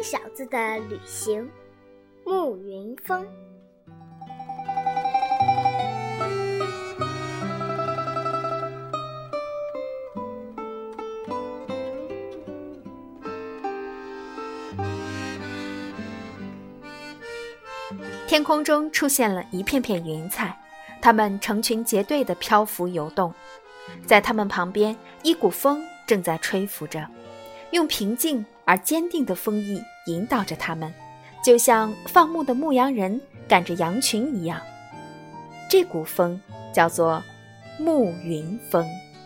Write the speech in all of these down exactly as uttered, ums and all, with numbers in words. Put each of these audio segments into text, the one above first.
小子的旅行，暮云峰。 天空中出现了一片片云彩，它们成群结队地漂浮游动，在它们旁边，一股风正在吹拂着，用平静而坚定的风意引导着它们，就像放牧的牧羊人赶着羊群一样。这股风叫做暮云风。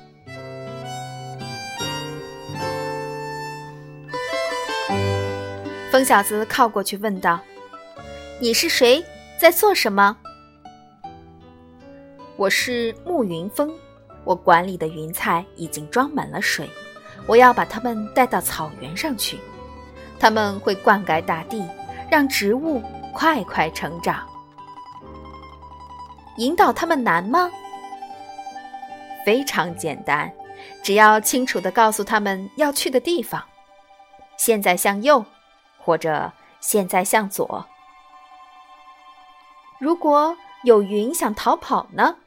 风小子靠过去问道：你是谁？在做什么？我是暮云峰，我管理的云彩已经装满了水，我要把它们带到草原上去，它们会灌溉大地，让植物快快成长。引导它们难吗？非常简单，只要清楚地告诉它们要去的地方，现在向右，或者现在向左。如果有云想逃跑呢？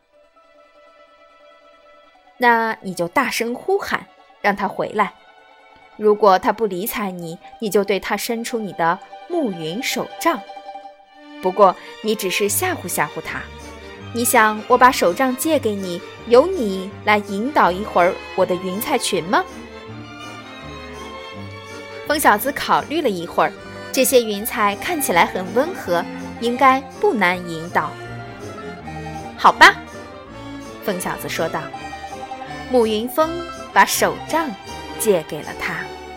那你就大声呼喊，让它回来。如果它不理睬你，你就对它伸出你的暮云手杖。不过你只是吓唬吓唬它。你想我把手杖借给你，由你来引导一会儿我的云彩群吗？风小子考虑了一会儿，这些云彩看起来很温和，应该不难引导。好吧，风小子说道。暮云峰把手杖借给了他。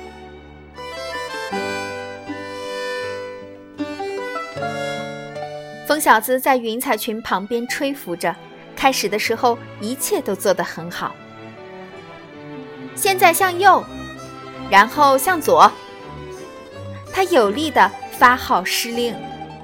风小子在云彩群旁边吹拂着，开始的时候一切都做得很好。现在向右，然后向左。他有力地发号施令。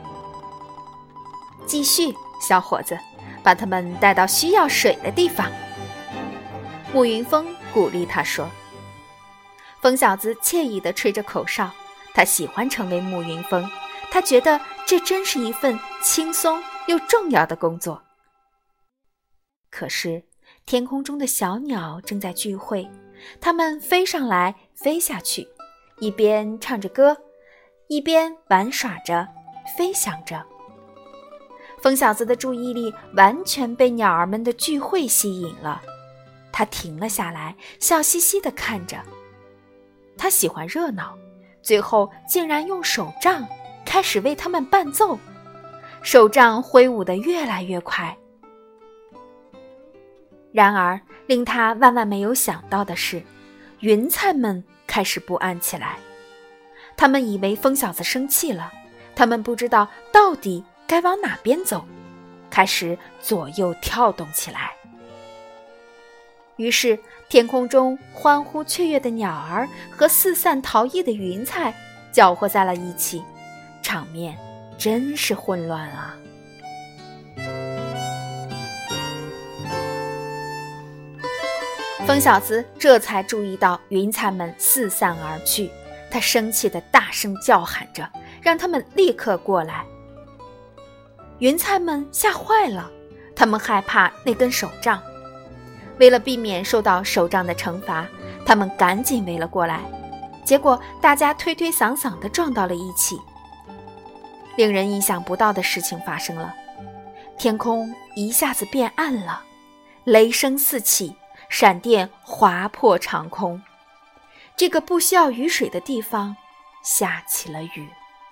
继续，小伙子，把他们带到需要水的地方。暮云峰鼓励他说。风小子惬意地吹着口哨，他喜欢成为暮云峰，他觉得这真是一份轻松又重要的工作。可是天空中的小鸟正在聚会，它们飞上来飞下去，一边唱着歌，一边玩耍着飞翔着。风小子的注意力完全被鸟儿们的聚会吸引了，他停了下来，笑嘻嘻地看着。他喜欢热闹，最后竟然用手杖开始为他们伴奏，手杖挥舞得越来越快。然而令他万万没有想到的是，云彩们开始不安起来。他们以为风小子生气了，他们不知道到底该往哪边走，开始左右跳动起来。于是天空中欢呼雀跃的鸟儿和四散逃逸的云彩搅和在了一起，场面真是混乱啊。风小子这才注意到云彩们四散而去，他生气地大声叫喊着，让他们立刻过来。云彩们吓坏了，他们害怕那根手杖。为了避免受到手杖的惩罚，他们赶紧围了过来，结果大家推推搡搡地撞到了一起。令人意想不到的事情发生了，天空一下子变暗了，雷声四起，闪电划破长空。这个不需要雨水的地方下起了雨。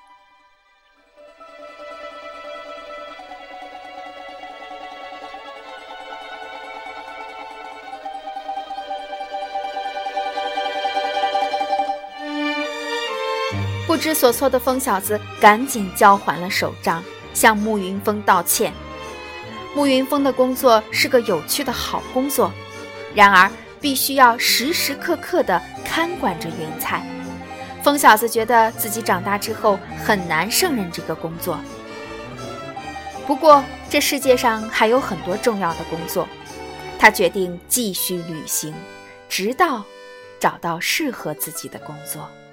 不知所措的风小子赶紧交还了手杖，向暮云峰道歉。暮云峰的工作是个有趣的好工作，然而必须要时时刻刻地看管着云彩。风小子觉得自己长大之后很难胜任这个工作。不过这世界上还有很多重要的工作，他决定继续旅行，直到找到适合自己的工作。